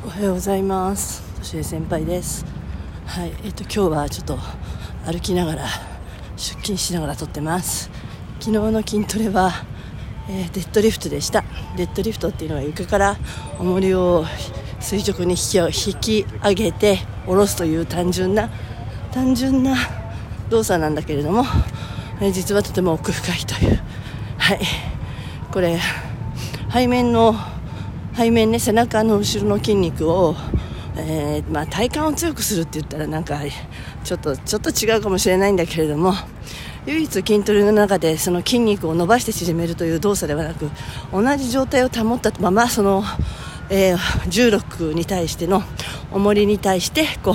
おはようございます。年上先輩です。はい、今日はちょっと歩きながら出勤しながら撮ってます。昨日の筋トレは、デッドリフトでした。デッドリフトっていうのは床から重りを垂直に引き上げて下ろすという単純な動作なんだけれども、実はとても奥深いという、はい、これ背面ね、背中の後ろの筋肉を、体幹を強くするって言ったらなんかちょっと違うかもしれないんだけれども、唯一筋トレの中でその筋肉を伸ばして縮めるという動作ではなく、同じ状態を保ったままその、重力に対しての重りに対してこ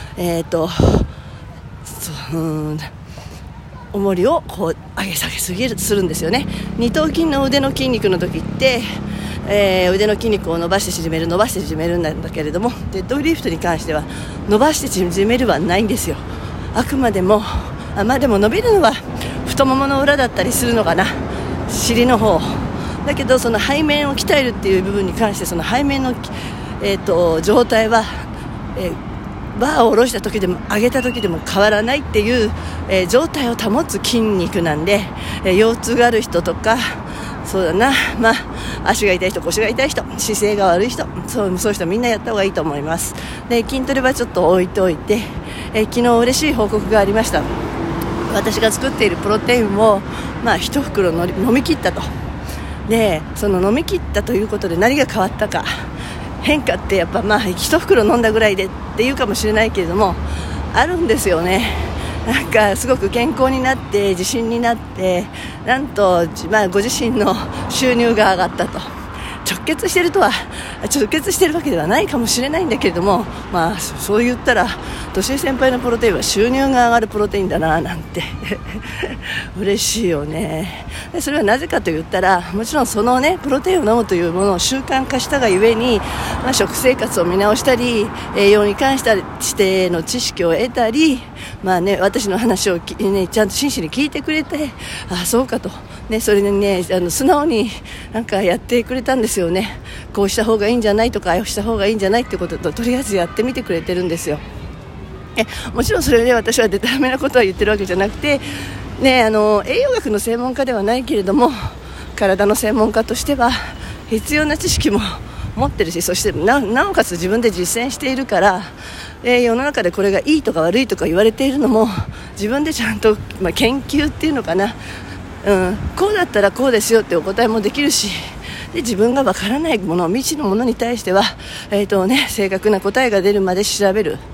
う重りをこう上げ下げするんですよね。二頭筋の腕の筋肉の時って、腕の筋肉を伸ばして縮めるんだけれども、デッドリフトに関しては伸ばして縮めるはないんですよ。あくまでもでも伸びるのは太ももの裏だったりするのかな、尻の方だけど、その背面を鍛えるっていう部分に関して、その背面の、状態は、バーを下ろした時でも上げた時でも変わらないっていう、状態を保つ筋肉なんで、腰痛がある人とか、そうだな、足が痛い人、腰が痛い人、姿勢が悪い人、そういう人みんなやった方がいいと思います。で、筋トレはちょっと置いておいて、昨日嬉しい報告がありました。私が作っているプロテインを、一袋飲み切ったと。で、その飲み切ったということで何が変わったか、変化ってやっぱ一袋飲んだぐらいでっていうかもしれないけれども、あるんですよね。なんかすごく健康になって自信になって、なんと、ご自身の収入が上がったと。直結してるわけではないかもしれないんだけれども、そう言ったら年上先輩のプロテインは収入が上がるプロテインだななんて嬉しいよね。でそれはなぜかと言ったら、もちろんそのねプロテインを飲むというものを習慣化したがゆえに、食生活を見直したり、栄養に関しての知識を得たり、私の話をちゃんと真摯に聞いてくれて、そうかと、それでね、素直になんかやってくれたんですよね。こうした方がいいんじゃないとか、ああした方がいいんじゃないってことと、とりあえずやってみてくれてるんですよ。もちろんそれで私はデタラメなことは言ってるわけじゃなくて、栄養学の専門家ではないけれども、体の専門家としては必要な知識も持ってるし、そしてなおかつ自分で実践しているから、世の中でこれがいいとか悪いとか言われているのも自分でちゃんと、研究っていうのかな、こうだったらこうですよってお答えもできるし、で自分がわからないもの、未知のものに対しては、正確な答えが出るまで調べる、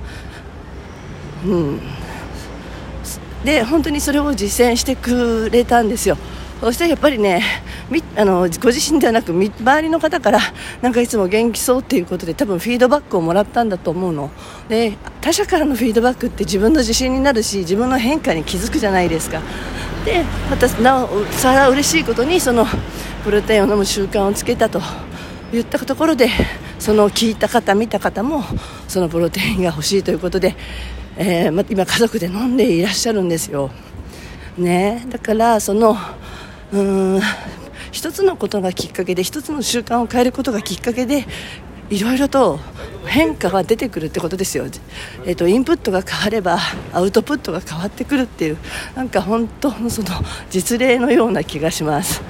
で本当にそれを実践してくれたんですよ。そしてやっぱりね、ご自身ではなく周りの方からなんかいつも元気そうっていうことで、多分フィードバックをもらったんだと思うので、他者からのフィードバックって自分の自信になるし、自分の変化に気づくじゃないですか。でまたさら嬉しいことに、そのプロテインを飲む習慣をつけたと言ったところで、その聞いた方見た方もそのプロテインが欲しいということで、今家族で飲んでいらっしゃるんですよ、だからその一つのことがきっかけで、一つの習慣を変えることがきっかけで、いろいろと変化が出てくるってことですよ。インプットが変わればアウトプットが変わってくるっていう、なんか本当のその実例のような気がします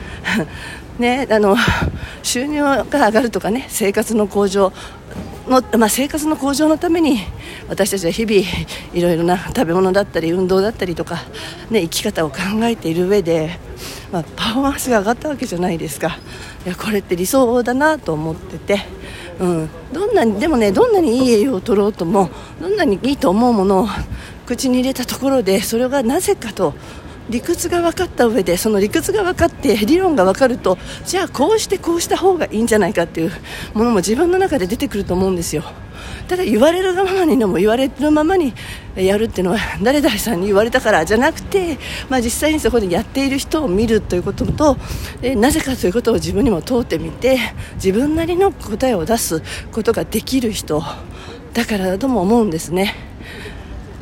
収入が上がるとかね、生活の向上のために私たちは日々いろいろな食べ物だったり運動だったりとか、生き方を考えている上で、パフォーマンスが上がったわけじゃないですか。これって理想だなと思ってて、どんなにいい栄養を取ろうとも、どんなにいいと思うものを口に入れたところで、それがなぜかと理屈が分かった上で、その理屈が分かって理論が分かると、じゃあこうした方がいいんじゃないかっていうものも自分の中で出てくると思うんですよ。ただ言われるままに言われるままにやるっていうのは、誰々さんに言われたからじゃなくて、実際にそこでやっている人を見るということと、なぜかということを自分にも問うてみて、自分なりの答えを出すことができる人だからだとも思うんですね。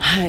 はい、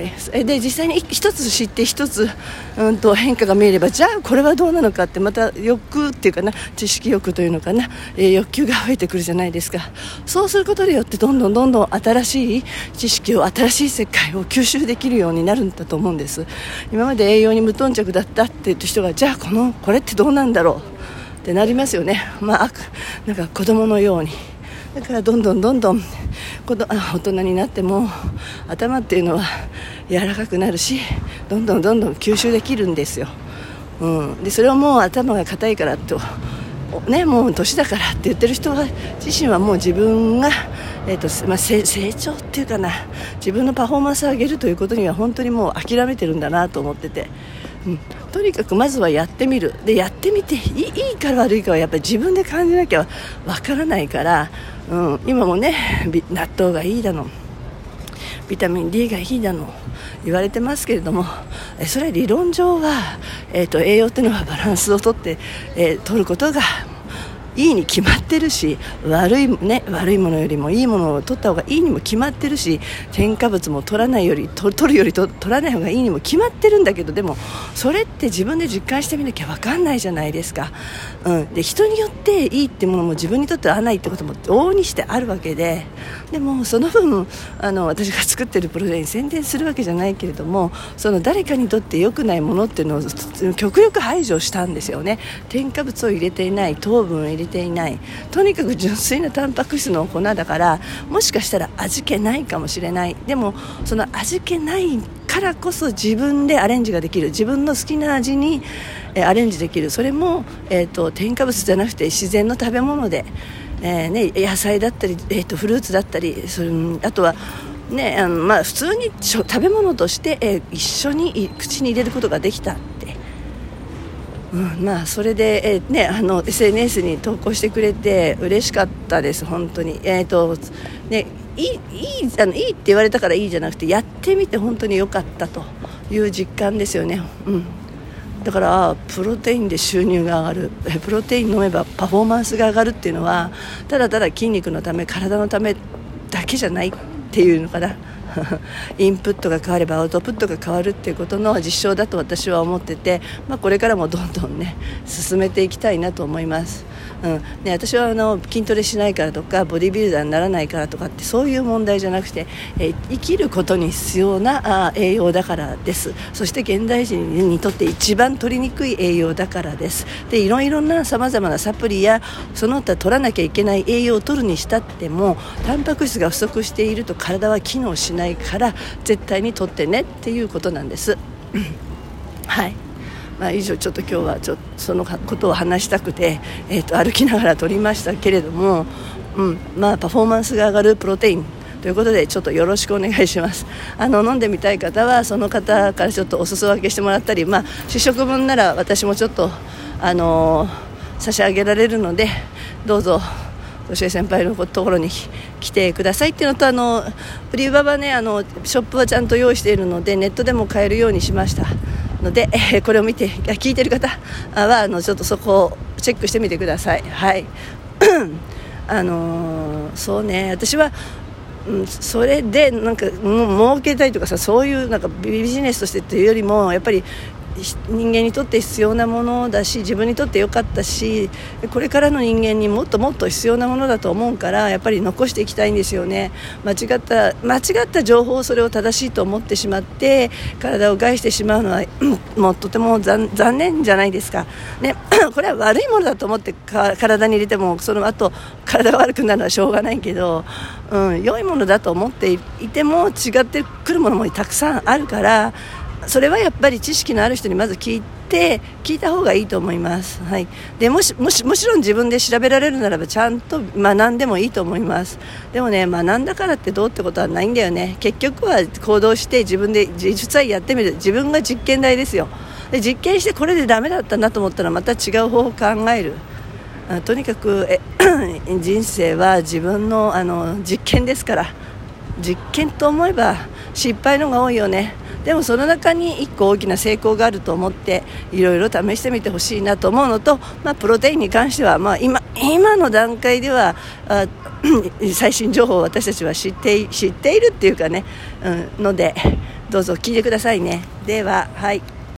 で実際に一つ知って一つ、変化が見えれば、じゃあこれはどうなのかってまた欲っていうかな、知識欲というのかな、欲求が増えてくるじゃないですか。そうすることによってどんどん新しい知識を、新しい世界を吸収できるようになるんだと思うんです。今まで栄養に無頓着だったって言った人が、じゃあこれってどうなんだろうってなりますよね。なんか子供のように。だからどんどん大人になっても頭っていうのは柔らかくなるし、どんどん吸収できるんですよ。でそれをもう頭が硬いからと、もう年だからって言ってる人は自身はもう自分が、成長っていうかな、自分のパフォーマンスを上げるということには本当にもう諦めてるんだなと思ってて、とにかくまずはやってみる。でやってみていいか悪いかはやっぱり自分で感じなきゃわからないから、今もね納豆がいいだの、ビタミン D がいいだの言われてますけれども、それは理論上は、栄養っていうのはバランスをとって、取ることがいいに決まってるし、悪いものよりもいいものを取った方がいいにも決まってるし、添加物も取らないより取るより取らない方がいいにも決まってるんだけど、でもそれって自分で実感してみなきゃ分かんないじゃないですか。で人によっていいってものも自分にとっては合わないってことも往々にしてあるわけで、でもその分私が作ってるプロテイン宣伝するわけじゃないけれども、その誰かにとって良くないものっていうのを極力排除したんですよね。添加物を入れていない、糖分を入れていない、とにかく純粋なタンパク質の粉だから、もしかしたら味気ないかもしれない。でもその味気ないからこそ自分でアレンジができる、自分の好きな味にアレンジできる。それも、添加物じゃなくて自然の食べ物で、野菜だったり、フルーツだったり、あとは普通に食べ物として、一緒に口に入れることができたって、それで、SNS に投稿してくれて嬉しかったです。本当に、いいって言われたからいいじゃなくて、やってみて本当に良かったという実感ですよね。だからプロテインで収入が上がる、プロテイン飲めばパフォーマンスが上がるっていうのは、ただただ筋肉のため、体のためだけじゃないっていうのかな。インプットが変わればアウトプットが変わるっていうことの実証だと私は思ってて、これからもどんどん進めていきたいなと思います。私は筋トレしないからとかボディビルダーにならないからとかってそういう問題じゃなくて、生きることに必要な栄養だからです。そして現代人にとって一番取りにくい栄養だからです。でいろいろなさまざまなサプリやその他取らなきゃいけない栄養を取るにしたっても、タンパク質が不足していると体は機能しないから絶対に取ってねっていうことなんです。はい、以上ちょっと今日はそのことを話したくて、歩きながら撮りましたけれども、パフォーマンスが上がるプロテインということでちょっとよろしくお願いします。飲んでみたい方はその方からちょっとお裾分けしてもらったり、試食分なら私もちょっと差し上げられるので、どうぞ年上先輩のところに来てくださいっていうのと、売り場はショップはちゃんと用意しているのでネットでも買えるようにしましたので、これを見て聞いている方はちょっとそこをチェックしてみてください。はいそうね、私はそれで儲けたいとかそういうビジネスとしてというよりも、やっぱり人間にとって必要なものだし、自分にとって良かったし、これからの人間にもっともっと必要なものだと思うから、やっぱり残していきたいんですよね。間違った情報をそれを正しいと思ってしまって体を害してしまうのはもうとても残念じゃないですか、これは悪いものだと思って体に入れても、その後体が悪くなるのはしょうがないけど、良いものだと思っていても違ってくるものもたくさんあるから、それはやっぱり知識のある人にまず聞いた方がいいと思います。はい、でもちろん自分で調べられるならばちゃんと学んでもいいと思います。でも学んだからってどうってことはないんだよね。結局は行動して自分で実際やってみる、自分が実験台ですよ。で実験してこれでダメだったなと思ったらまた違う方法を考える。とにかく人生は自分の実験ですから、実験と思えば失敗のが多いよね。でもその中に一個大きな成功があると思っていろいろ試してみてほしいなと思うのと、プロテインに関しては、今の段階では最新情報を私たちは知っているっていうかね、ので、 どうぞ聞いてくださいね。では、はい。